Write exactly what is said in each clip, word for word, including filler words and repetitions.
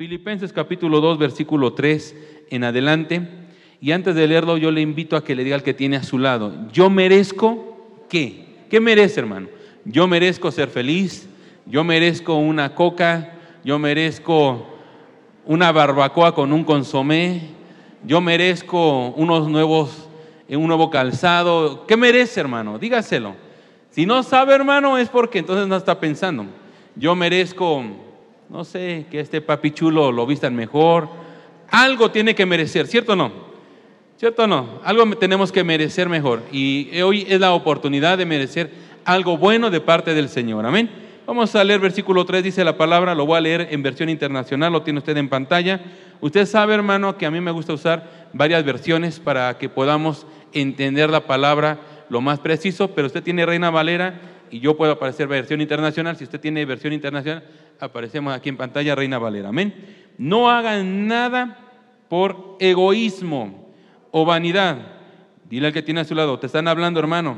Filipenses capítulo dos, versículo tres en adelante. Y antes de leerlo, yo le invito a que le diga al que tiene a su lado: yo merezco, ¿qué? ¿Qué merece, hermano? Yo merezco ser feliz, yo merezco una coca, yo merezco una barbacoa con un consomé, yo merezco unos nuevos, un nuevo calzado. ¿Qué merece, hermano? Dígaselo. Si no sabe, hermano, es porque entonces no está pensando. Yo merezco, no sé, que este papi chulo lo vistan mejor. Algo tiene que merecer, ¿cierto o no? ¿Cierto o no? Algo tenemos que merecer mejor. Y hoy es la oportunidad de merecer algo bueno de parte del Señor. Amén. Vamos a leer versículo tres, dice la palabra. Lo voy a leer en versión internacional, lo tiene usted en pantalla. Usted sabe, hermano, que a mí me gusta usar varias versiones para que podamos entender la palabra lo más preciso, pero usted tiene Reina Valera y yo puedo aparecer versión internacional. Si usted tiene versión internacional, aparecemos aquí en pantalla Reina Valera. Amén. No hagan nada por egoísmo o vanidad. Dile al que tiene a su lado: te están hablando, hermano.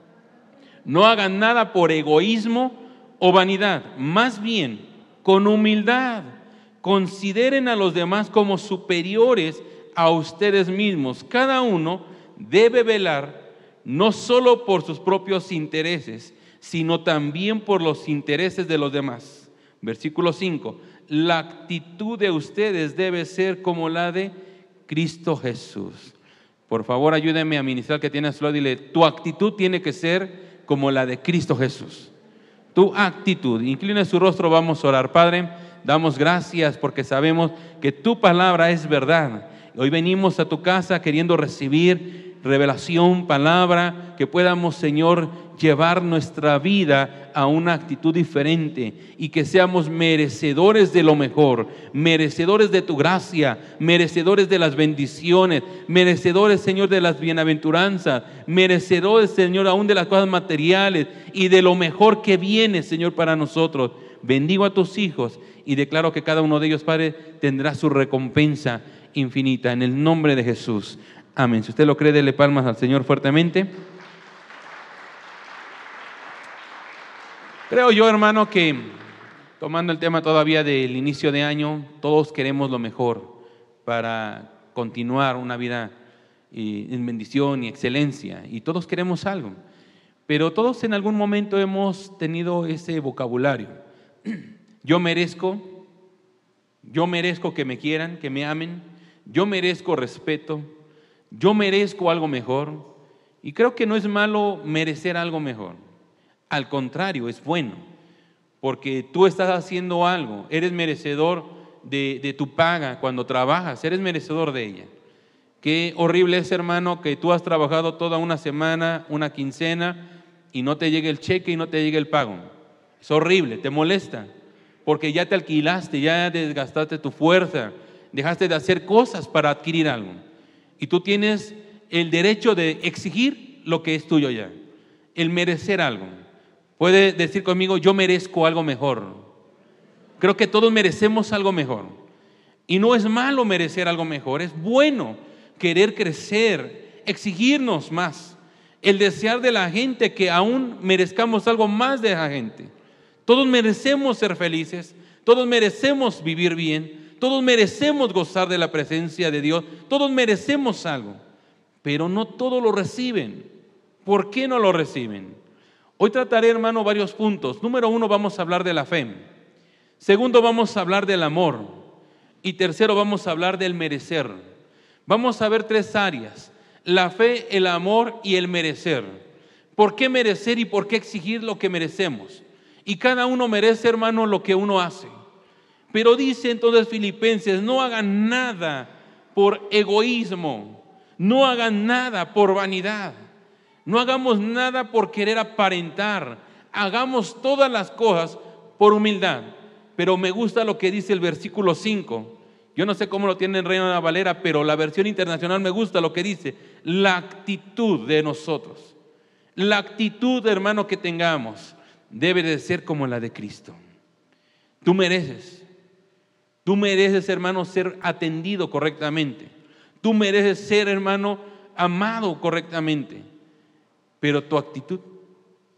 No hagan nada por egoísmo o vanidad, más bien con humildad consideren a los demás como superiores a ustedes mismos. Cada uno debe velar no solo por sus propios intereses, sino también por los intereses de los demás. Versículo cinco. La actitud de ustedes debe ser como la de Cristo Jesús. Por favor, ayúdenme a ministrar que tiene a su lado. Dile: tu actitud tiene que ser como la de Cristo Jesús. Tu actitud. Incline su rostro, vamos a orar. Padre, damos gracias porque sabemos que tu palabra es verdad. Hoy venimos a tu casa queriendo recibir revelación, palabra, que podamos, Señor, llevar nuestra vida a una actitud diferente y que seamos merecedores de lo mejor, merecedores de tu gracia, merecedores de las bendiciones, merecedores, Señor, de las bienaventuranzas, merecedores, Señor, aún de las cosas materiales y de lo mejor que viene, Señor, para nosotros. Bendigo a tus hijos y declaro que cada uno de ellos, Padre, tendrá su recompensa infinita en el nombre de Jesús. Amén. Si usted lo cree, dele palmas al Señor fuertemente. Creo yo, hermano, que tomando el tema todavía del inicio de año, todos queremos lo mejor para continuar una vida en bendición y excelencia, y todos queremos algo, pero todos en algún momento hemos tenido ese vocabulario: yo merezco, yo merezco que me quieran, que me amen, yo merezco respeto, yo merezco algo mejor. Y creo que no es malo merecer algo mejor. Al contrario, es bueno, porque tú estás haciendo algo, eres merecedor de, de tu paga cuando trabajas, eres merecedor de ella. Qué horrible es, hermano, que tú has trabajado toda una semana, una quincena, y no te llegue el cheque y no te llegue el pago. Es horrible, te molesta, porque ya te alquilaste, ya desgastaste tu fuerza, dejaste de hacer cosas para adquirir algo. Y tú tienes el derecho de exigir lo que es tuyo ya, el merecer algo. Puede decir conmigo: yo merezco algo mejor. Creo que todos merecemos algo mejor. Y no es malo merecer algo mejor, es bueno querer crecer, exigirnos más, el desear de la gente que aún merezcamos algo más de la gente. Todos merecemos ser felices, todos merecemos vivir bien, todos merecemos gozar de la presencia de Dios, todos merecemos algo, pero no todos lo reciben. ¿Por qué no lo reciben? Hoy trataré, hermano, varios puntos. Número uno, vamos a hablar de la fe. Segundo, vamos a hablar del amor. Y tercero, vamos a hablar del merecer. Vamos a ver tres áreas: la fe, el amor y el merecer. ¿Por qué merecer y por qué exigir lo que merecemos? Y cada uno merece, hermano, lo que uno hace. Pero dice entonces Filipenses: no hagan nada por egoísmo, no hagan nada por vanidad, no hagamos nada por querer aparentar, hagamos todas las cosas por humildad. Pero me gusta lo que dice el versículo cinco. Yo no sé cómo lo tiene en Reina Valera, pero la versión internacional me gusta lo que dice: la actitud de nosotros, la actitud, hermano, que tengamos debe de ser como la de Cristo. Tú mereces. Tú mereces, hermano, ser atendido correctamente. Tú mereces ser, hermano, amado correctamente. Pero tu actitud,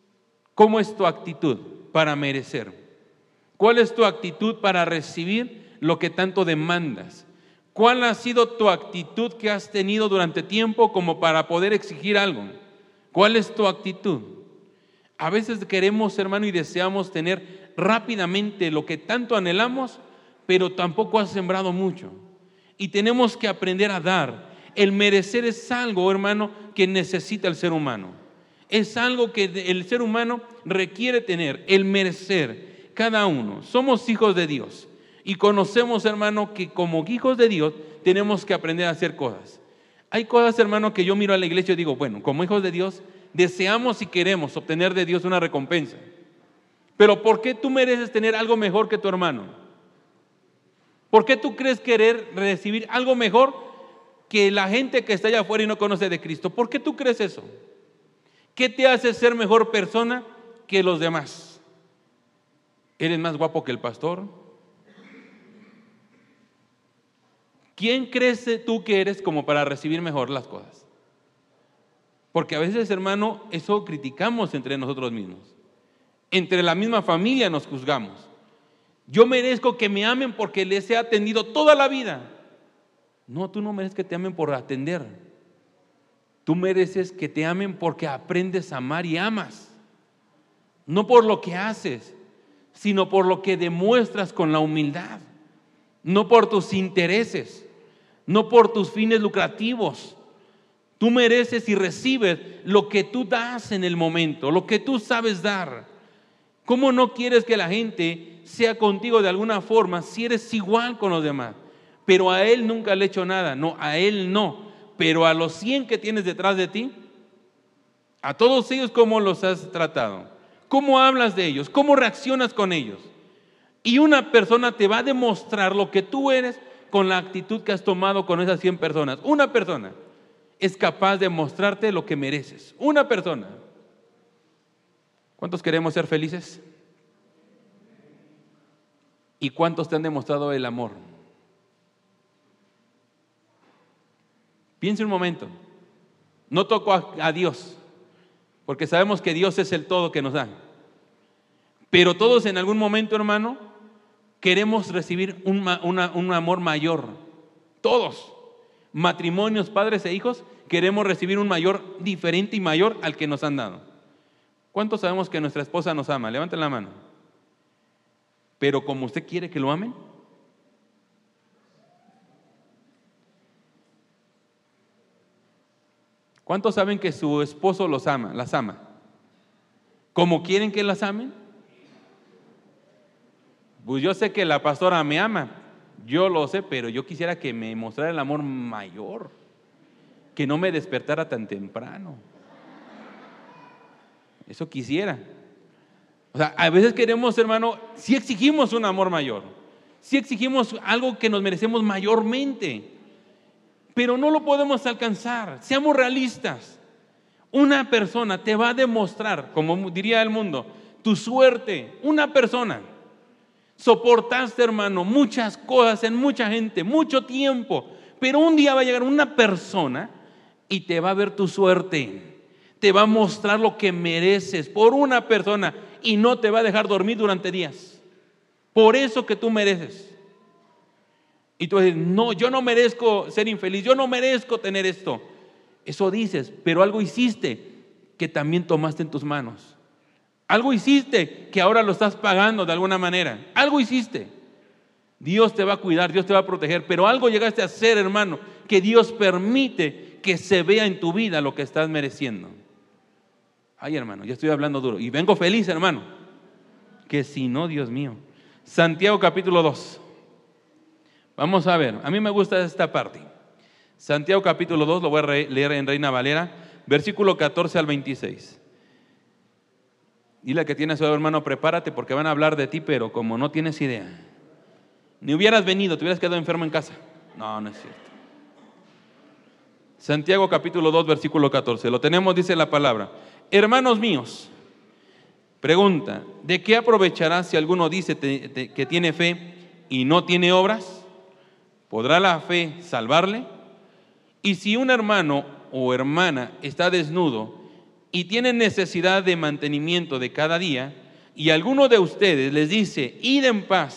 ¿cómo es tu actitud para merecer? ¿Cuál es tu actitud para recibir lo que tanto demandas? ¿Cuál ha sido tu actitud que has tenido durante tiempo como para poder exigir algo? ¿Cuál es tu actitud? A veces queremos, hermano, y deseamos tener rápidamente lo que tanto anhelamos, pero tampoco has sembrado mucho. Y tenemos que aprender a dar. El merecer es algo, hermano, que necesita el ser humano. Es algo que el ser humano requiere tener, el merecer. Cada uno. Somos hijos de Dios. Y conocemos, hermano, que como hijos de Dios tenemos que aprender a hacer cosas. Hay cosas, hermano, que yo miro a la iglesia y digo, bueno, como hijos de Dios, deseamos y queremos obtener de Dios una recompensa. Pero ¿por qué tú mereces tener algo mejor que tu hermano? ¿Por qué tú crees querer recibir algo mejor que la gente que está allá afuera y no conoce de Cristo? ¿Por qué tú crees eso? ¿Qué te hace ser mejor persona que los demás? ¿Eres más guapo que el pastor? ¿Quién crees tú que eres como para recibir mejor las cosas? Porque a veces, hermano, eso criticamos entre nosotros mismos. Entre la misma familia nos juzgamos. Yo merezco que me amen porque les he atendido toda la vida. No, tú no mereces que te amen por atender. Tú mereces que te amen porque aprendes a amar y amas. No por lo que haces, sino por lo que demuestras con la humildad. No por tus intereses, no por tus fines lucrativos. Tú mereces y recibes lo que tú das en el momento, lo que tú sabes dar. ¿Cómo no quieres que la gente sea contigo de alguna forma si eres igual con los demás? Pero a él nunca le he hecho nada. No, a él no. Pero a los cien que tienes detrás de ti, a todos ellos, ¿cómo los has tratado? ¿Cómo hablas de ellos? ¿Cómo reaccionas con ellos? Y una persona te va a demostrar lo que tú eres con la actitud que has tomado con esas cien personas. Una persona es capaz de mostrarte lo que mereces. Una persona. ¿Cuántos queremos ser felices? ¿Y cuántos te han demostrado el amor? Piense un momento. No toco a, a Dios, porque sabemos que Dios es el todo que nos da. Pero todos en algún momento, hermano, queremos recibir un, una, un amor mayor. Todos, matrimonios, padres e hijos, queremos recibir un mayor diferente y mayor al que nos han dado. ¿Cuántos sabemos que nuestra esposa nos ama? Levanten la mano. Pero como usted quiere que lo amen. ¿Cuántos saben que su esposo los ama, las ama? ¿Cómo quieren que las amen? Pues yo sé que la pastora me ama, yo lo sé, pero yo quisiera que me mostrara el amor mayor, que no me despertara tan temprano. Eso quisiera. O sea, a veces queremos, hermano, sí exigimos un amor mayor, sí exigimos algo que nos merecemos mayormente, pero no lo podemos alcanzar. Seamos realistas. Una persona te va a demostrar, como diría el mundo, tu suerte. Una persona. Soportaste, hermano, muchas cosas en mucha gente, mucho tiempo, pero un día va a llegar una persona y te va a ver tu suerte. Te va a mostrar lo que mereces por una persona y no te va a dejar dormir durante días. Por eso que tú mereces. Y tú dices, no, yo no merezco ser infeliz, yo no merezco tener esto. Eso dices, pero algo hiciste que también tomaste en tus manos. Algo hiciste que ahora lo estás pagando de alguna manera. Algo hiciste. Dios te va a cuidar, Dios te va a proteger, pero algo llegaste a hacer, hermano, que Dios permite que se vea en tu vida lo que estás mereciendo. Ay, hermano, ya estoy hablando duro. Y vengo feliz, hermano. Que si no, Dios mío. Santiago capítulo dos. Vamos a ver, a mí me gusta esta parte. Santiago capítulo dos, lo voy a leer en Reina Valera, versículo catorce al veintiséis. Dile a que tiene a su hermano, prepárate porque van a hablar de ti, pero como no tienes idea. Ni hubieras venido, te hubieras quedado enfermo en casa. No, no es cierto. Santiago capítulo dos, versículo catorce. Lo tenemos, dice la palabra. Hermanos míos, pregunta, ¿de qué aprovechará si alguno dice te, te, que tiene fe y no tiene obras? ¿Podrá la fe salvarle? Y si un hermano o hermana está desnudo y tiene necesidad de mantenimiento de cada día, y alguno de ustedes les dice, id en paz,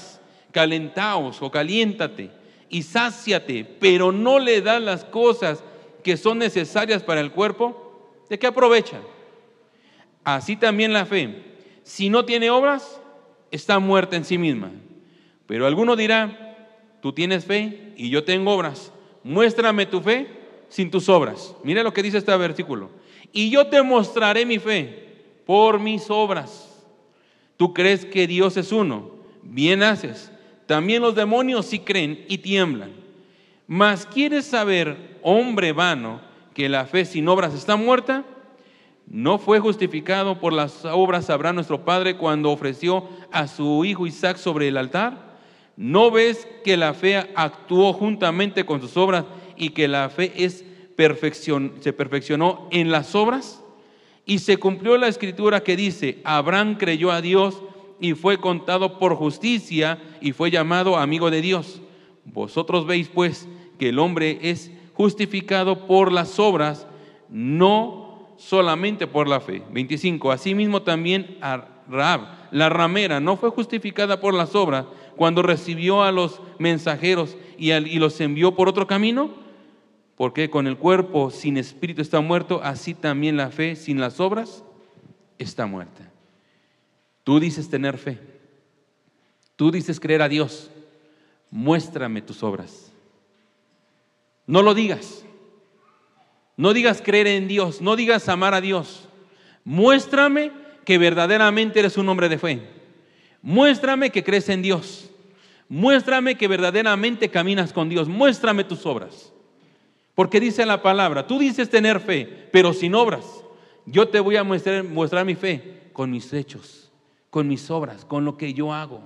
calentaos o caliéntate y sáciate, pero no le das las cosas que son necesarias para el cuerpo, ¿de qué aprovecha? Así también la fe, si no tiene obras, está muerta en sí misma. Pero alguno dirá, tú tienes fe y yo tengo obras, muéstrame tu fe sin tus obras. Mira lo que dice este versículo. Y yo te mostraré mi fe por mis obras. Tú crees que Dios es uno, bien haces. También los demonios sí creen y tiemblan. Mas ¿quieres saber, hombre vano, que la fe sin obras está muerta? ¿No fue justificado por las obras Abraham nuestro padre cuando ofreció a su hijo Isaac sobre el altar? ¿No ves que la fe actuó juntamente con sus obras y que la fe es perfección, se perfeccionó en las obras? Y se cumplió la escritura que dice, Abraham creyó a Dios y fue contado por justicia y fue llamado amigo de Dios. Vosotros veis pues que el hombre es justificado por las obras, no solamente por la fe. veinticinco. Asimismo también a Rahab, la ramera, no fue justificada por las obras cuando recibió a los mensajeros y, al, y los envió por otro camino, porque con el cuerpo sin espíritu está muerto, así también la fe sin las obras está muerta. Tú dices tener fe, tú dices creer a Dios, muéstrame tus obras. No lo digas, no digas creer en Dios, no digas amar a Dios. Muéstrame que verdaderamente eres un hombre de fe. Muéstrame que crees en Dios. Muéstrame que verdaderamente caminas con Dios. Muéstrame tus obras. Porque dice la palabra, tú dices tener fe, pero sin obras. Yo te voy a mostrar, mostrar mi fe con mis hechos, con mis obras, con lo que yo hago.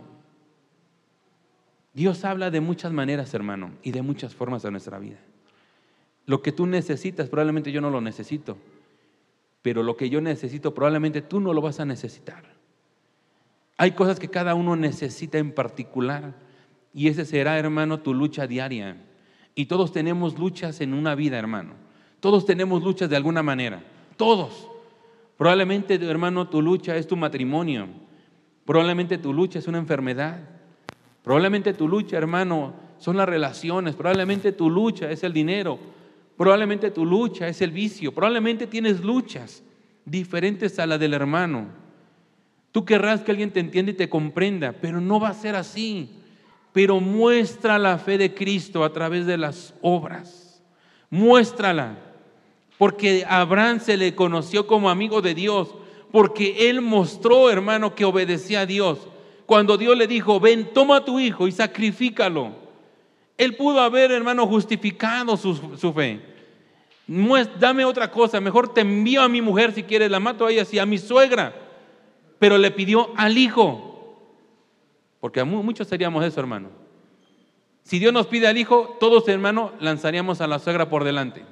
Dios habla de muchas maneras, hermano, y de muchas formas en nuestra vida. Lo que tú necesitas, probablemente yo no lo necesito, pero lo que yo necesito, probablemente tú no lo vas a necesitar. Hay cosas que cada uno necesita en particular, y ese será, hermano, tu lucha diaria. Y todos tenemos luchas en una vida, hermano. Todos tenemos luchas de alguna manera. Todos. Probablemente, hermano, tu lucha es tu matrimonio. Probablemente tu lucha es una enfermedad. Probablemente tu lucha, hermano, son las relaciones. Probablemente tu lucha es el dinero. Probablemente tu lucha es el vicio. Probablemente tienes luchas diferentes a la del hermano. Tú querrás que alguien te entienda y te comprenda, pero no va a ser así. Pero muestra la fe de Cristo a través de las obras. Muéstrala. Porque a Abraham se le conoció como amigo de Dios, porque él mostró, hermano, que obedecía a Dios. Cuando Dios le dijo, ven, toma a tu hijo y sacrifícalo. Él pudo haber, hermano, justificado su, su fe. Muest, dame otra cosa, mejor te envío a mi mujer si quieres, la mato a ella, sí, a mi suegra. Pero le pidió al hijo. Porque a muchos seríamos eso, hermano. Si Dios nos pide al hijo, todos, hermano, lanzaríamos a la suegra por delante.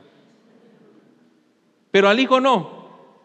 Pero al hijo no.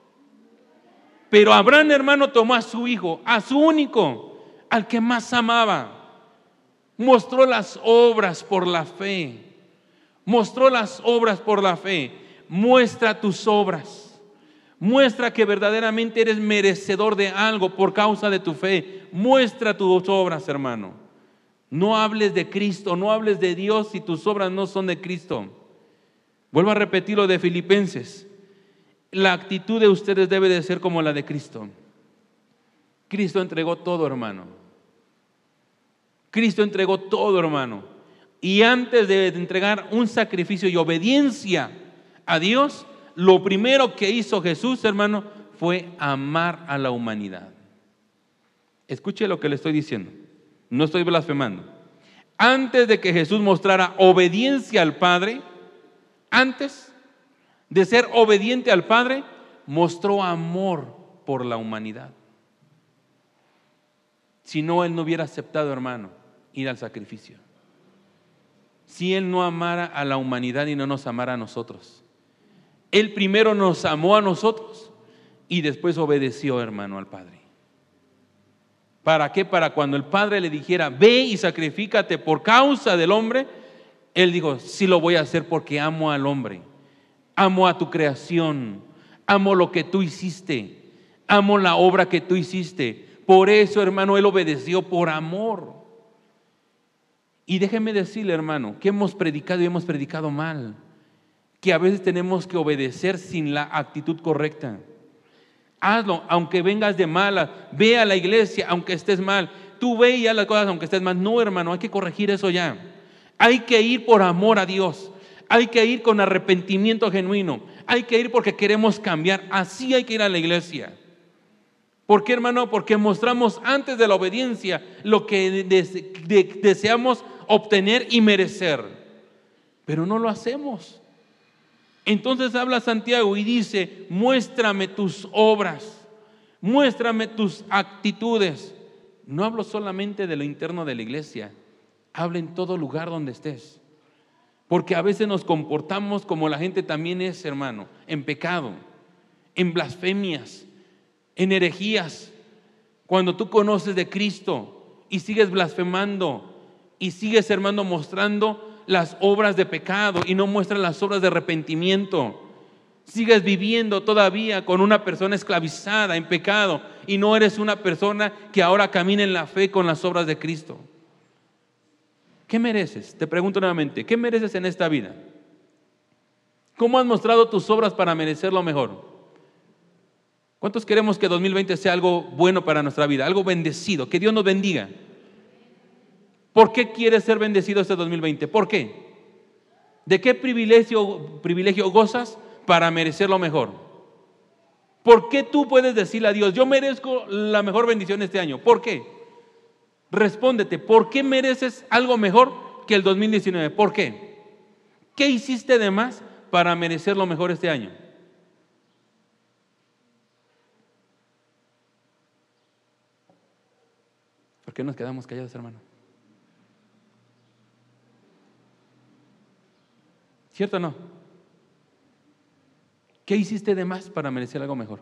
Pero Abraham, hermano, tomó a su hijo, a su único, al que más amaba. Mostró las obras por la fe. Mostró las obras por la fe. Muestra tus obras. Muestra que verdaderamente eres merecedor de algo por causa de tu fe. Muestra tus obras, hermano. No hables de Cristo, no hables de Dios si tus obras no son de Cristo. Vuelvo a repetir lo de Filipenses. La actitud de ustedes debe de ser como la de Cristo. Cristo entregó todo, hermano. Cristo entregó todo, hermano. Y antes de entregar un sacrificio y obediencia a Dios, lo primero que hizo Jesús, hermano, fue amar a la humanidad. Escuche lo que le estoy diciendo. No estoy blasfemando. Antes de que Jesús mostrara obediencia al Padre, antes de ser obediente al Padre, mostró amor por la humanidad. Si no, Él no hubiera aceptado, hermano, ir al sacrificio. Si Él no amara a la humanidad y no nos amara a nosotros. Él primero nos amó a nosotros y después obedeció, hermano, al Padre. ¿Para qué? Para cuando el Padre le dijera, ve y sacrifícate por causa del hombre, Él dijo, sí lo voy a hacer porque amo al hombre. Amo a tu creación, amo lo que tú hiciste, amo la obra que tú hiciste. Por eso, hermano, Él obedeció por amor. Y déjeme decirle, hermano, que hemos predicado y hemos predicado mal, que a veces tenemos que obedecer sin la actitud correcta. Hazlo, aunque vengas de mala, ve a la iglesia, aunque estés mal. Tú ve y haz las cosas aunque estés mal. No, hermano, hay que corregir eso ya. Hay que ir por amor a Dios. Hay que ir con arrepentimiento genuino. Hay que ir porque queremos cambiar. Así hay que ir a la iglesia. ¿Por qué, hermano? Porque mostramos antes de la obediencia lo que de- de- deseamos obtener y merecer, pero no lo hacemos. Entonces habla Santiago y dice: muéstrame tus obras, muéstrame tus actitudes. No hablo solamente de lo interno de la iglesia, habla en todo lugar donde estés, porque a veces nos comportamos como la gente también es, hermano, en pecado, en blasfemias, en herejías. Cuando tú conoces de Cristo y sigues blasfemando y sigues, hermano, mostrando las obras de pecado y no muestras las obras de arrepentimiento, sigues viviendo todavía con una persona esclavizada en pecado y no eres una persona que ahora camina en la fe con las obras de Cristo. ¿Qué mereces? Te pregunto nuevamente, ¿qué mereces en esta vida? ¿Cómo has mostrado tus obras para merecer lo mejor? ¿Cuántos queremos que dos mil veinte sea algo bueno para nuestra vida, algo bendecido, que Dios nos bendiga? ¿Por qué quieres ser bendecido este dos mil veinte? ¿Por qué? ¿De qué privilegio, privilegio gozas para merecer lo mejor? ¿Por qué tú puedes decirle a Dios: yo merezco la mejor bendición este año? ¿Por qué? Respóndete, ¿por qué mereces algo mejor que el dos mil diecinueve? ¿Por qué? ¿Qué hiciste de más para merecer lo mejor este año? ¿Por qué nos quedamos callados, hermano? ¿Cierto o no? ¿Qué hiciste de más para merecer algo mejor?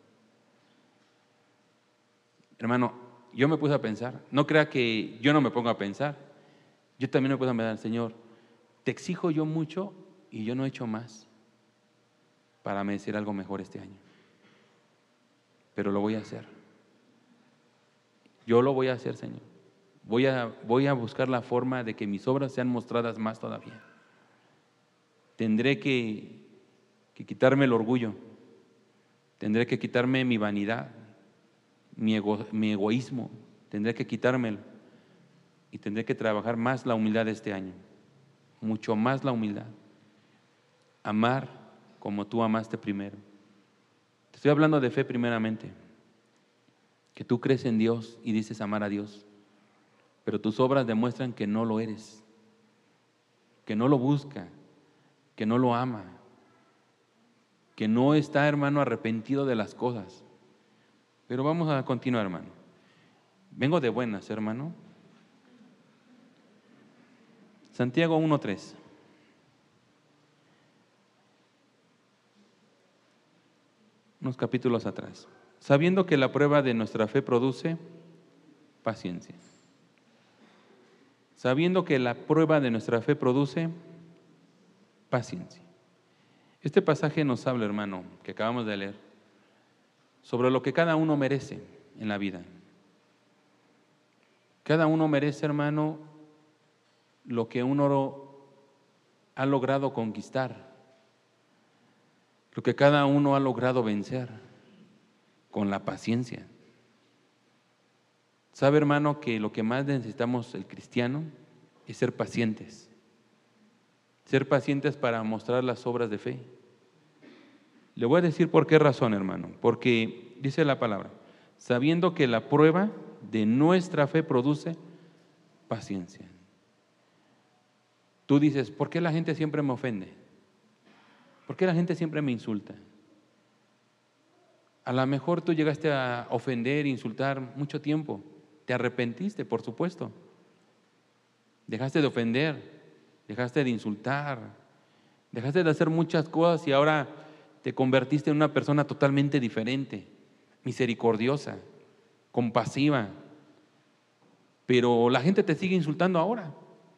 Hermano, yo me puse a pensar. No crea que yo no me pongo a pensar. Yo también me puse a pensar: Señor, te exijo yo mucho y yo no he hecho más para merecer algo mejor este año. Pero lo voy a hacer. Yo lo voy a hacer, Señor. Voy a, voy a buscar la forma de que mis obras sean mostradas más todavía. Tendré que, que quitarme el orgullo. Tendré que quitarme mi vanidad, mi, ego, mi egoísmo. Tendré que quitármelo. Y tendré que trabajar más la humildad este año. Mucho más la humildad. Amar como tú amaste primero. Te estoy hablando de fe primeramente. Que tú crees en Dios y dices amar a Dios, pero tus obras demuestran que no lo eres, que no lo busca, que no lo ama, que no está, hermano, arrepentido de las cosas. Pero vamos a continuar, hermano. Vengo de buenas, hermano. Santiago uno tres. Unos capítulos atrás. Sabiendo que la prueba de nuestra fe produce paciencia. Sabiendo que la prueba de nuestra fe produce paciencia. Este pasaje nos habla, hermano, que acabamos de leer, sobre lo que cada uno merece en la vida. Cada uno merece, hermano, lo que uno ha logrado conquistar, lo que cada uno ha logrado vencer con la paciencia. ¿Sabe, hermano, que lo que más necesitamos el cristiano es ser pacientes? Ser pacientes para mostrar las obras de fe. Le voy a decir por qué razón, hermano. Porque dice la palabra: sabiendo que la prueba de nuestra fe produce paciencia. Tú dices: ¿por qué la gente siempre me ofende? ¿Por qué la gente siempre me insulta? A lo mejor tú llegaste a ofender, insultar mucho tiempo. Te arrepentiste, por supuesto. Dejaste de ofender, dejaste de insultar, dejaste de hacer muchas cosas y ahora te convertiste en una persona totalmente diferente, misericordiosa, compasiva. Pero la gente te sigue insultando ahora.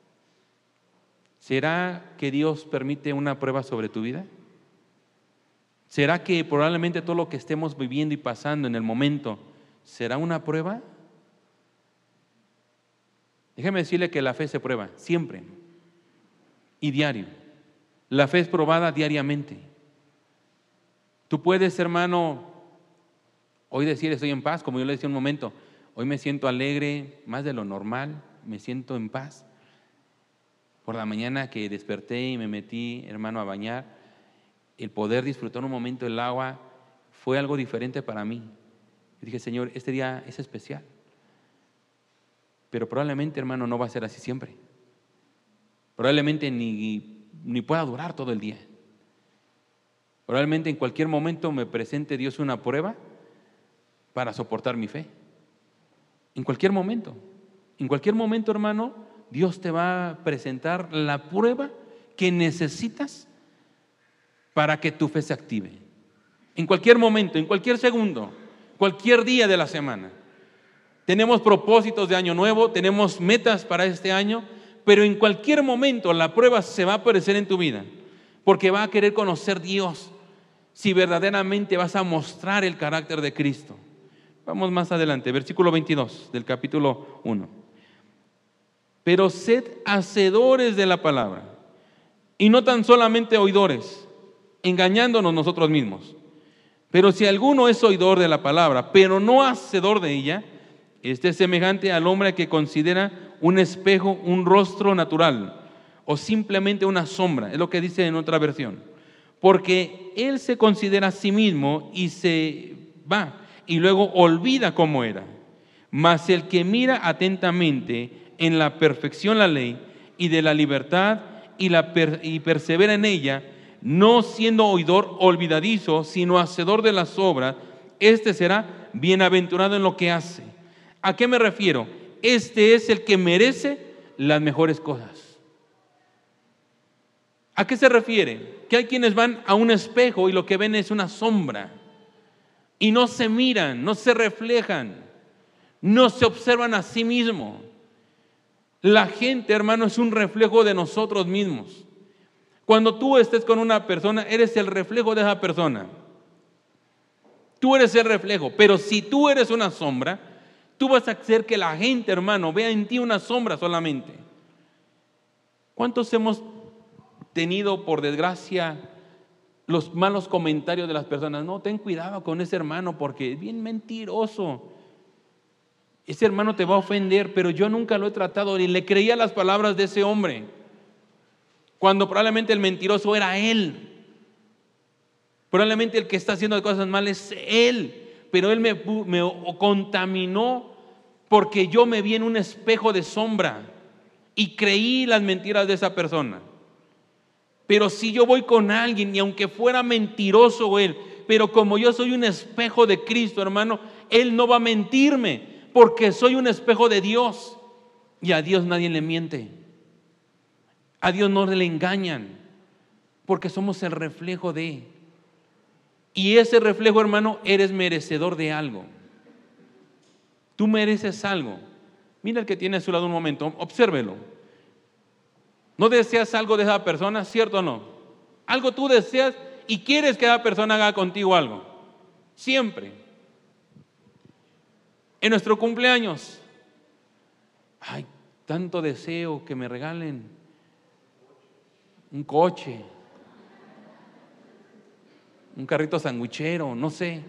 ¿Será que Dios permite una prueba sobre tu vida? ¿Será que probablemente todo lo que estemos viviendo y pasando en el momento será una prueba? Déjeme decirle que la fe se prueba siempre y diario. La fe es probada diariamente. Tú puedes, hermano, hoy decir estoy en paz, como yo le decía un momento, hoy me siento alegre, más de lo normal, me siento en paz. Por la mañana que desperté y me metí, hermano, a bañar, el poder disfrutar un momento el agua fue algo diferente para mí. Yo dije, Señor, este día es especial. Pero probablemente, hermano, no va a ser así siempre. Probablemente ni, ni pueda durar todo el día. Probablemente en cualquier momento me presente Dios una prueba para soportar mi fe. En cualquier momento. En cualquier momento, hermano, Dios te va a presentar la prueba que necesitas para que tu fe se active. En cualquier momento, en cualquier segundo, cualquier día de la semana. Tenemos propósitos de año nuevo, tenemos metas para este año, pero en cualquier momento la prueba se va a aparecer en tu vida, porque va a querer conocer Dios, si verdaderamente vas a mostrar el carácter de Cristo. Vamos más adelante, versículo veintidós del capítulo uno. Pero sed hacedores de la palabra, y no tan solamente oidores, engañándonos nosotros mismos. Pero si alguno es oidor de la palabra, pero no hacedor de ella, este es semejante al hombre que considera un espejo, un rostro natural, o simplemente una sombra, es lo que dice en otra versión. Porque él se considera a sí mismo y se va, y luego olvida cómo era. Mas el que mira atentamente en la perfección la ley, y de la libertad, y, la per- y persevera en ella, no siendo oidor olvidadizo, sino hacedor de las obras, este será bienaventurado en lo que hace. ¿A qué me refiero? Este es el que merece las mejores cosas. ¿A qué se refiere? Que hay quienes van a un espejo y lo que ven es una sombra y no se miran, no se reflejan, no se observan a sí mismos. La gente, hermano, es un reflejo de nosotros mismos. Cuando tú estés con una persona, eres el reflejo de esa persona. Tú eres el reflejo, pero si tú eres una sombra, tú vas a hacer que la gente, hermano, vea en ti una sombra solamente. ¿Cuántos hemos tenido, por desgracia, los malos comentarios de las personas? No, ten cuidado con ese hermano porque es bien mentiroso. Ese hermano te va a ofender, pero yo nunca lo he tratado ni le creía las palabras de ese hombre, cuando probablemente el mentiroso era él. Probablemente el que está haciendo cosas mal es él, pero él me, me contaminó porque yo me vi en un espejo de sombra y creí las mentiras de esa persona. Pero si yo voy con alguien y aunque fuera mentiroso él, pero como yo soy un espejo de Cristo, hermano, él no va a mentirme porque soy un espejo de Dios, y a Dios nadie le miente. A Dios no le engañan porque somos el reflejo de Él. Y ese reflejo, hermano, eres merecedor de algo. Tú mereces algo. Mira el que tiene a su lado un momento, obsérvelo. ¿No deseas algo de esa persona, cierto o no? Algo tú deseas y quieres que esa persona haga contigo algo. Siempre. En nuestro cumpleaños, ay, tanto deseo que me regalen un coche, un carrito sanguichero, no sé.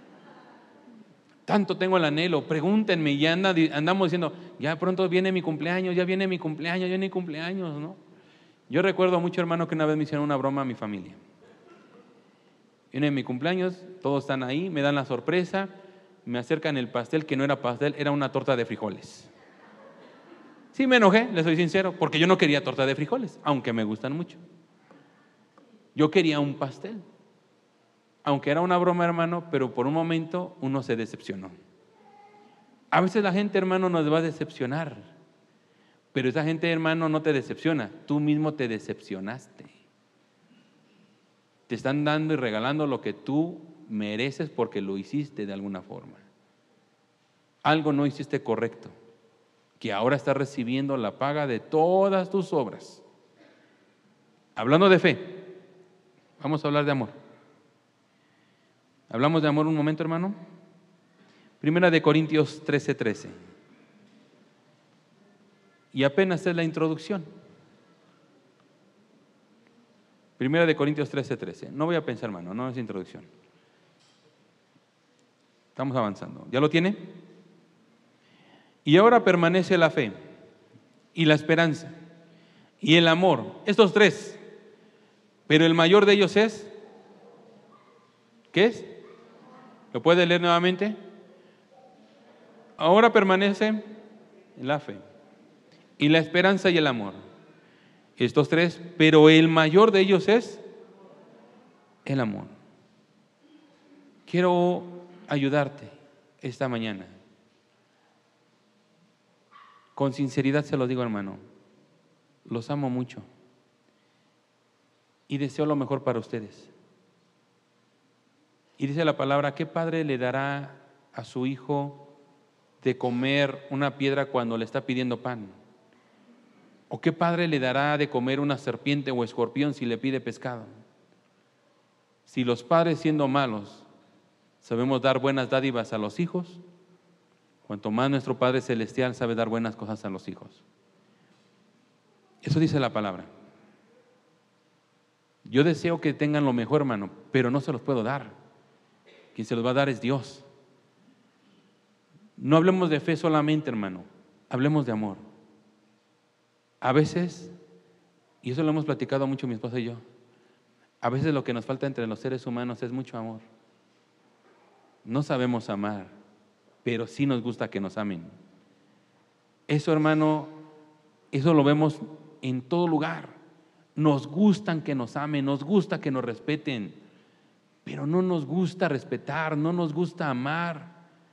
Tanto tengo el anhelo, pregúntenme, y ya anda, andamos diciendo, ya pronto viene mi cumpleaños, ya viene mi cumpleaños, ya viene mi cumpleaños, ¿no? Yo recuerdo mucho, hermano, que una vez me hicieron una broma a mi familia. Viene mi cumpleaños, todos están ahí, me dan la sorpresa, me acercan el pastel, que no era pastel, era una torta de frijoles. Sí, me enojé, les soy sincero, porque yo no quería torta de frijoles, aunque me gustan mucho. Yo quería un pastel. Aunque era una broma, hermano, pero por un momento uno se decepcionó. A veces la gente, hermano, nos va a decepcionar, pero esa gente, hermano, no te decepciona, tú mismo te decepcionaste. Te están dando y regalando lo que tú mereces porque lo hiciste de alguna forma. Algo no hiciste correcto, que ahora estás recibiendo la paga de todas tus obras. Hablando de fe, vamos a hablar de amor. ¿Hablamos de amor un momento, hermano? Primera de Corintios trece, trece. Y apenas es la introducción. Primera de Corintios trece, trece. No voy a pensar, hermano, no es introducción. Estamos avanzando. ¿Ya lo tiene? Y ahora permanece la fe y la esperanza y el amor. Estos tres. Pero el mayor de ellos es, ¿qué es? ¿Lo puede leer nuevamente? Ahora permanece la fe y la esperanza y el amor. Estos tres, pero el mayor de ellos es el amor. Quiero ayudarte esta mañana. Con sinceridad se lo digo, hermano. Los amo mucho y deseo lo mejor para ustedes. Y dice la palabra, ¿qué padre le dará a su hijo de comer una piedra cuando le está pidiendo pan? ¿O qué padre le dará de comer una serpiente o escorpión si le pide pescado? Si los padres, siendo malos, sabemos dar buenas dádivas a los hijos, cuanto más nuestro Padre Celestial sabe dar buenas cosas a los hijos. Eso dice la palabra. Yo deseo que tengan lo mejor, hermano, pero no se los puedo dar. Quien se los va a dar es Dios. No hablemos de fe solamente, hermano, hablemos de amor. A veces, y eso lo hemos platicado mucho mi esposa y yo, a veces lo que nos falta entre los seres humanos es mucho amor. No sabemos amar, pero sí nos gusta que nos amen. Eso, hermano, eso lo vemos en todo lugar. Nos gustan que nos amen, nos gusta que nos respeten, pero no nos gusta respetar, no nos gusta amar.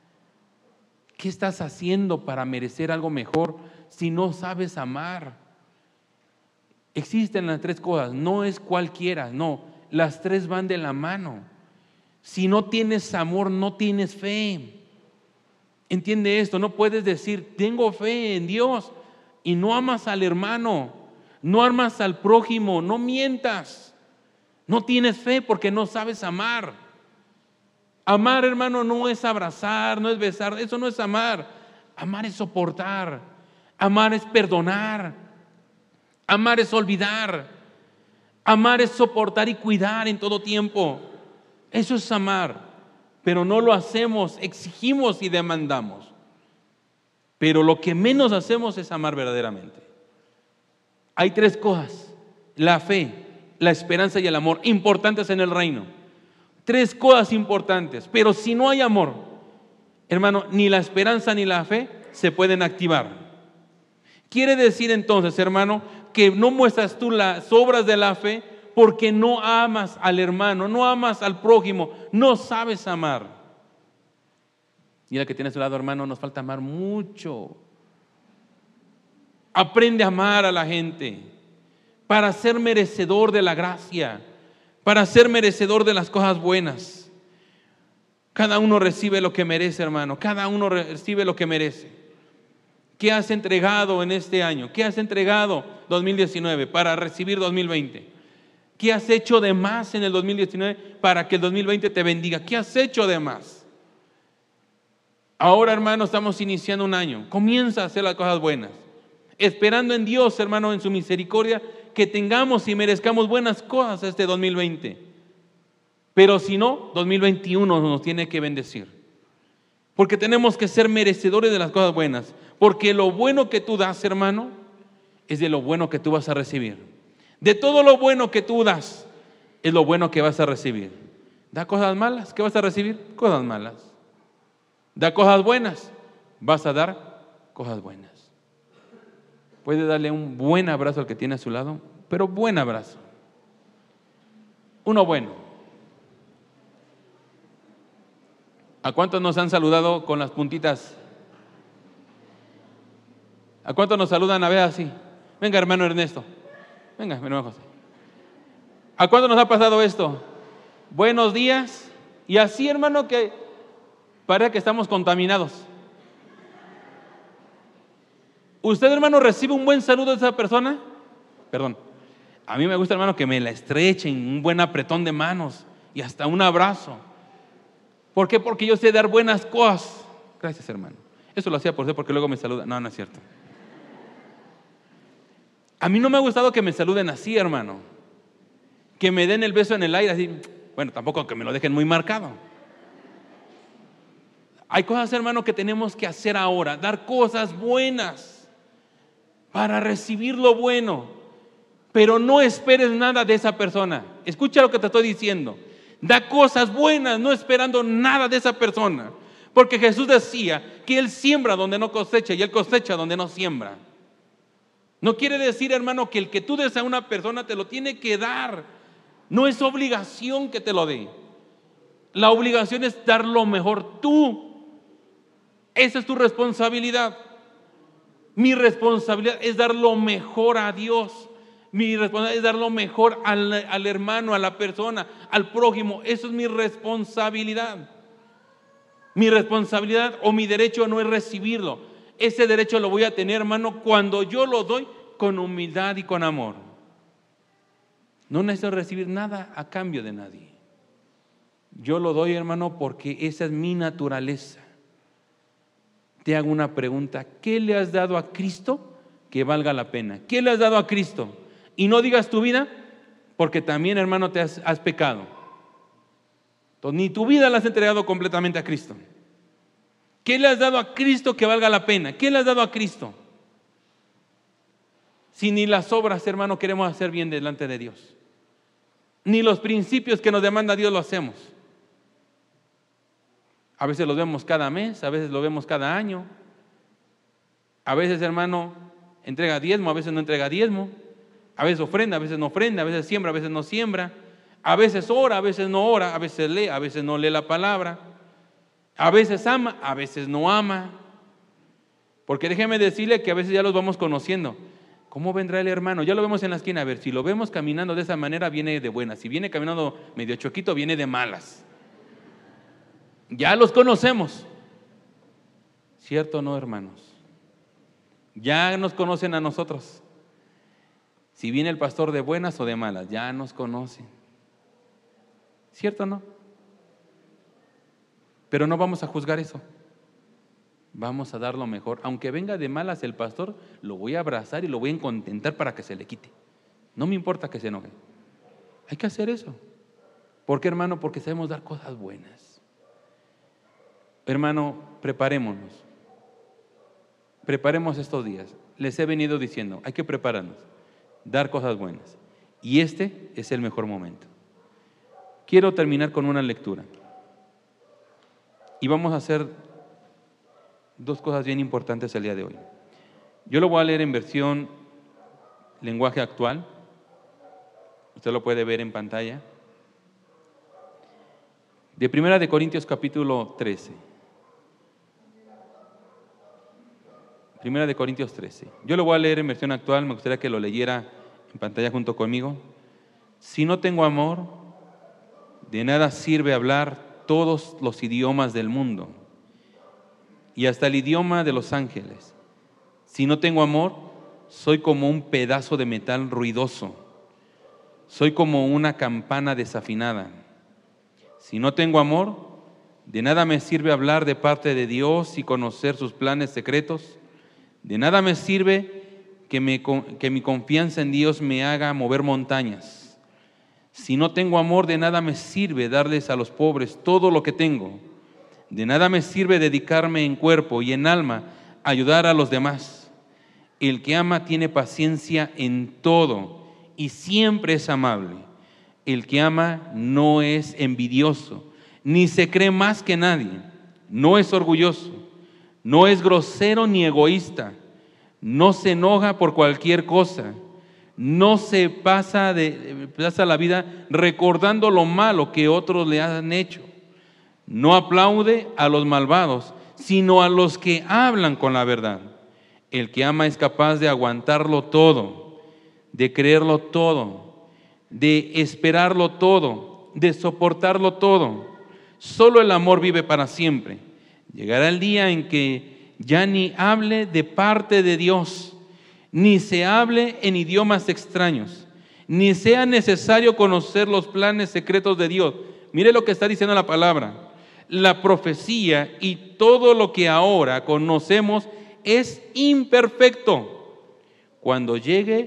¿Qué estás haciendo para merecer algo mejor si no sabes amar? Existen las tres cosas, no es cualquiera, no, las tres van de la mano. Si no tienes amor, no tienes fe. Entiende esto, no puedes decir, tengo fe en Dios y no amas al hermano, no amas al prójimo, no mientas. No tienes fe porque no sabes amar. Amar, hermano, no es abrazar, no es besar, eso no es amar. Amar es soportar, amar es perdonar, amar es olvidar, amar es soportar y cuidar en todo tiempo. Eso es amar, pero no lo hacemos, exigimos y demandamos. Pero lo que menos hacemos es amar verdaderamente. Hay tres cosas: la fe, la esperanza y el amor, importantes en el reino. Tres cosas importantes, pero si no hay amor, hermano, ni la esperanza ni la fe se pueden activar. Quiere decir entonces, hermano, que no muestras tú las obras de la fe porque no amas al hermano, no amas al prójimo, no sabes amar. Mira que tienes a tu lado, hermano, nos falta amar mucho. Aprende a amar a la gente para ser merecedor de la gracia, para ser merecedor de las cosas buenas. Cada uno recibe lo que merece, hermano. Cada uno recibe lo que merece. ¿Qué has entregado en este año? ¿Qué has entregado dos mil diecinueve para recibir dos mil veinte? ¿Qué has hecho de más en el dos mil diecinueve para que el dos mil veinte te bendiga? ¿Qué has hecho de más? Ahora, hermano, estamos iniciando un año. Comienza a hacer las cosas buenas, esperando en Dios, hermano, en su misericordia, que tengamos y merezcamos buenas cosas este dos mil veinte. Pero si no, dos mil veintiuno nos tiene que bendecir, porque tenemos que ser merecedores de las cosas buenas, porque lo bueno que tú das, hermano, es de lo bueno que tú vas a recibir. De todo lo bueno que tú das, es lo bueno que vas a recibir. Da cosas malas, ¿qué vas a recibir? Cosas malas. Da cosas buenas, vas a dar cosas buenas. Puede darle un buen abrazo al que tiene a su lado, pero buen abrazo. Uno bueno. ¿A cuántos nos han saludado con las puntitas? ¿A cuántos nos saludan a ver así? Venga, hermano Ernesto. Venga, hermano José. ¿A cuántos nos ha pasado esto? Buenos días. Y así, hermano, que parece que estamos contaminados. ¿Usted, hermano, recibe un buen saludo de esa persona? Perdón. A mí me gusta, hermano, que me la estrechen, un buen apretón de manos y hasta un abrazo. ¿Por qué? Porque yo sé dar buenas cosas. Gracias, hermano. Eso lo hacía por usted porque luego me saluda. No, no es cierto. A mí no me ha gustado que me saluden así, hermano. Que me den el beso en el aire, así. Bueno, tampoco que me lo dejen muy marcado. Hay cosas, hermano, que tenemos que hacer ahora. Dar cosas buenas para recibir lo bueno. Pero no esperes nada de esa persona. Escucha lo que te estoy diciendo. Da cosas buenas, no esperando nada de esa persona. Porque Jesús decía que Él siembra donde no cosecha y Él cosecha donde no siembra. No quiere decir, hermano, que el que tú des a una persona te lo tiene que dar. No es obligación que te lo dé. La obligación es dar lo mejor tú. Esa es tu responsabilidad. Mi responsabilidad es dar lo mejor a Dios. Mi responsabilidad es dar lo mejor al, al hermano, a la persona, al prójimo. Eso es mi responsabilidad. Mi responsabilidad o mi derecho no es recibirlo. Ese derecho lo voy a tener, hermano, cuando yo lo doy con humildad y con amor. No necesito recibir nada a cambio de nadie. Yo lo doy, hermano, porque esa es mi naturaleza. Te hago una pregunta: ¿qué le has dado a Cristo que valga la pena? ¿Qué le has dado a Cristo? Y no digas tu vida, porque también, hermano, te has, has pecado. Entonces, ni tu vida la has entregado completamente a Cristo. ¿Qué le has dado a Cristo que valga la pena? ¿Qué le has dado a Cristo? Si ni las obras, hermano, queremos hacer bien delante de Dios, ni los principios que nos demanda Dios lo hacemos. A veces los vemos cada mes, a veces lo vemos cada año. A veces, hermano, entrega diezmo, a veces no entrega diezmo. A veces ofrenda, a veces no ofrenda, a veces siembra, a veces no siembra. A veces ora, a veces no ora, a veces lee, a veces no lee la palabra. A veces ama, a veces no ama. Porque déjeme decirle que a veces ya los vamos conociendo. ¿Cómo vendrá el hermano? Ya lo vemos en la esquina. A ver, si lo vemos caminando de esa manera, viene de buenas. Si viene caminando medio choquito, viene de malas. Ya los conocemos. ¿Cierto o no, hermanos? Ya nos conocen a nosotros. Si viene el pastor de buenas o de malas, ya nos conocen. ¿Cierto o no? Pero no vamos a juzgar eso. Vamos a dar lo mejor. Aunque venga de malas el pastor, lo voy a abrazar y lo voy a contentar para que se le quite. No me importa que se enoje. Hay que hacer eso. ¿Por qué, hermano? Porque sabemos dar cosas buenas. Hermano, preparémonos. Preparemos estos días. Les he venido diciendo, hay que prepararnos, dar cosas buenas. Y este es el mejor momento. Quiero terminar con una lectura. Y vamos a hacer dos cosas bien importantes el día de hoy. Yo lo voy a leer en versión lenguaje actual. Usted lo puede ver en pantalla. De Primera de Corintios capítulo trece. Primera de Corintios trece. Yo lo voy a leer en versión actual. Me gustaría que lo leyera en pantalla junto conmigo. Si no tengo amor, de nada sirve hablar todos los idiomas del mundo y hasta el idioma de los ángeles. Si no tengo amor, soy como un pedazo de metal ruidoso. Soy como una campana desafinada. Si no tengo amor, de nada me sirve hablar de parte de Dios y conocer sus planes secretos. De nada me sirve que, me, que mi confianza en Dios me haga mover montañas. Si no tengo amor, de nada me sirve darles a los pobres todo lo que tengo. De nada me sirve dedicarme en cuerpo y en alma a ayudar a los demás. El que ama tiene paciencia en todo y siempre es amable. El que ama no es envidioso, ni se cree más que nadie. No es orgulloso, no es grosero ni egoísta. No se enoja por cualquier cosa. No se pasa, de, pasa la vida recordando lo malo que otros le han hecho. No aplaude a los malvados, sino a los que hablan con la verdad. El que ama es capaz de aguantarlo todo, de creerlo todo, de esperarlo todo, de soportarlo todo. Solo el amor vive para siempre. Llegará el día en que ya ni hable de parte de Dios, ni se hable en idiomas extraños, ni sea necesario conocer los planes secretos de Dios. Mire lo que está diciendo la palabra. La profecía y todo lo que ahora conocemos es imperfecto. Cuando llegue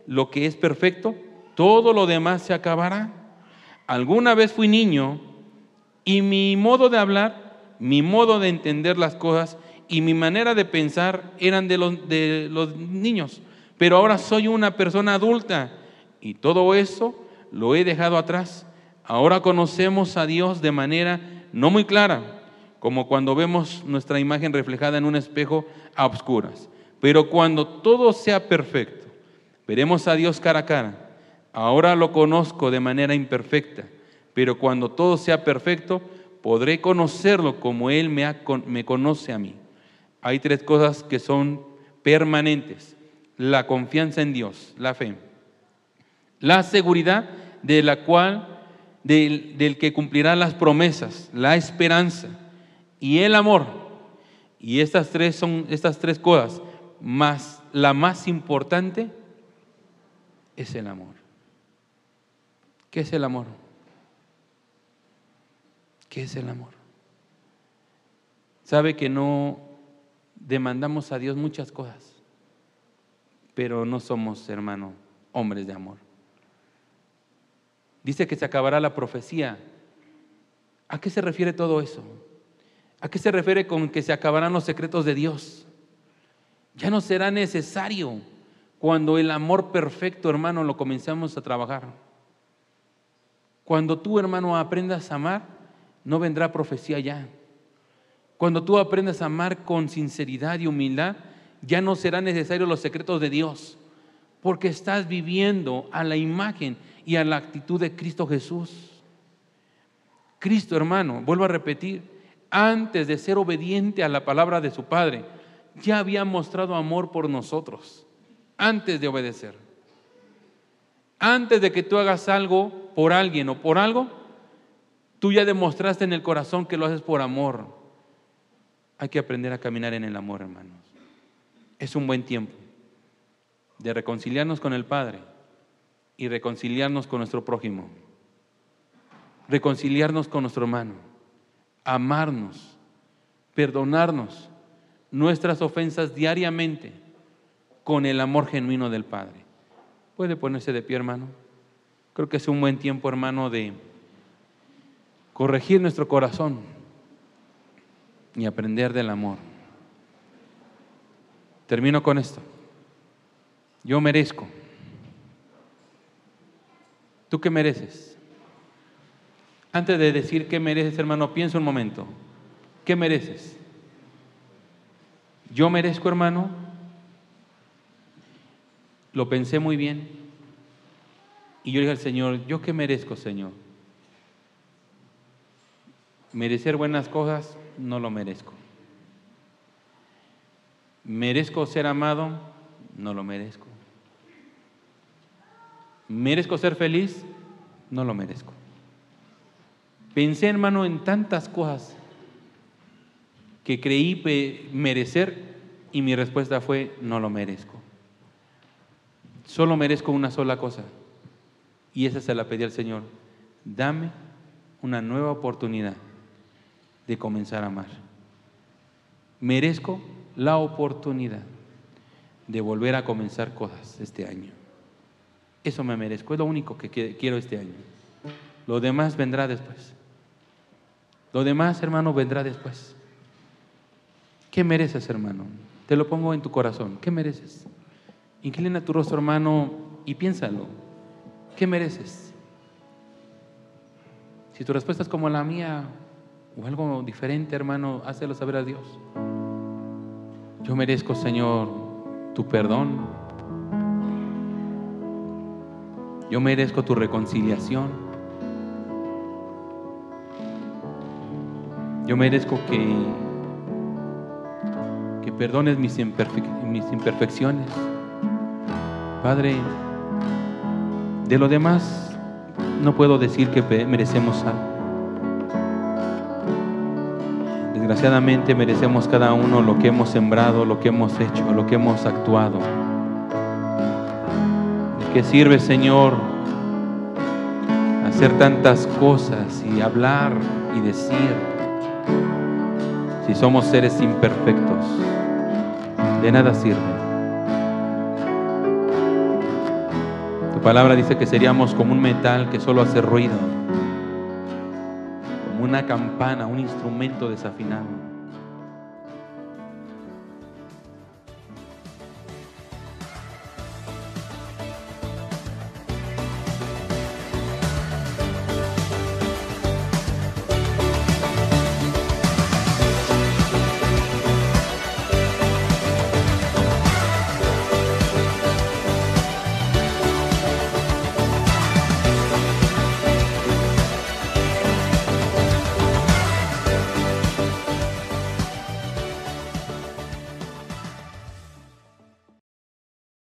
lo que es perfecto, todo lo demás se acabará. Alguna vez fui niño y mi modo de hablar, mi modo de entender las cosas y mi manera de pensar eran de los, de los niños. Pero ahora soy una persona adulta y todo eso lo he dejado atrás. Ahora conocemos a Dios de manera no muy clara, como cuando vemos nuestra imagen reflejada en un espejo a obscuras. Pero cuando todo sea perfecto, veremos a Dios cara a cara. Ahora lo conozco de manera imperfecta, pero cuando todo sea perfecto, podré conocerlo como Él me, ha, me conoce a mí. Hay tres cosas que son permanentes: la confianza en Dios, la fe, la seguridad de la cual, del, del que cumplirá las promesas, la esperanza y el amor. Y estas tres son estas tres cosas, más la más importante es el amor. ¿Qué es el amor? ¿Qué es el amor? Sabe que no demandamos a Dios muchas cosas, pero no somos, hermano, hombres de amor. Dice que se acabará la profecía. ¿A qué se refiere todo eso? ¿A qué se refiere con que se acabarán los secretos de Dios? Ya no será necesario cuando el amor perfecto, hermano, lo comenzamos a trabajar. Cuando tú, hermano, aprendas a amar, no vendrá profecía ya. Cuando tú aprendas a amar con sinceridad y humildad, ya no serán necesarios los secretos de Dios, porque estás viviendo a la imagen y a la actitud de Cristo Jesús. Cristo, hermano, vuelvo a repetir, antes de ser obediente a la palabra de su Padre, ya había mostrado amor por nosotros, antes de obedecer. Antes de que tú hagas algo por alguien o por algo, tú ya demostraste en el corazón que lo haces por amor. Hay que aprender a caminar en el amor, hermanos. Es un buen tiempo de reconciliarnos con el Padre y reconciliarnos con nuestro prójimo, reconciliarnos con nuestro hermano, amarnos, perdonarnos nuestras ofensas diariamente con el amor genuino del Padre. ¿Puede ponerse de pie, hermano? Creo que es un buen tiempo, hermano, de corregir nuestro corazón y aprender del amor. Termino con esto. Yo merezco. ¿Tú qué mereces? Antes de decir qué mereces, hermano, piensa un momento. ¿Qué mereces? Yo merezco, hermano. Lo pensé muy bien. Y yo dije al Señor, ¿yo qué merezco, Señor? Merecer buenas cosas, no lo merezco. ¿Merezco ser amado? No lo merezco. ¿Merezco ser feliz? No lo merezco. Pensé, hermano, en tantas cosas que creí merecer y mi respuesta fue, no lo merezco. Solo merezco una sola cosa y esa se la pedí al Señor. Dame una nueva oportunidad de comenzar a amar. Merezco la oportunidad de volver a comenzar cosas este año. Eso me merezco, es lo único que quiero este año. Lo demás vendrá después. Lo demás, hermano, vendrá después. ¿Qué mereces, hermano? Te lo pongo en tu corazón. ¿Qué mereces? Inclina tu rostro, hermano, y piénsalo. ¿Qué mereces? Si tu respuesta es como la mía o algo diferente, hermano, hácelo saber a Dios. Yo merezco, Señor, tu perdón. Yo merezco tu reconciliación. Yo merezco que, que perdones mis, imperfec- mis imperfecciones. Padre, de lo demás no puedo decir que merecemos algo. Desgraciadamente merecemos cada uno lo que hemos sembrado, lo que hemos hecho, lo que hemos actuado. ¿De qué sirve, Señor, hacer tantas cosas y hablar y decir si somos seres imperfectos? De nada sirve. palabra dice que seríamos como un metal que solo hace ruido, como una campana, un instrumento desafinado.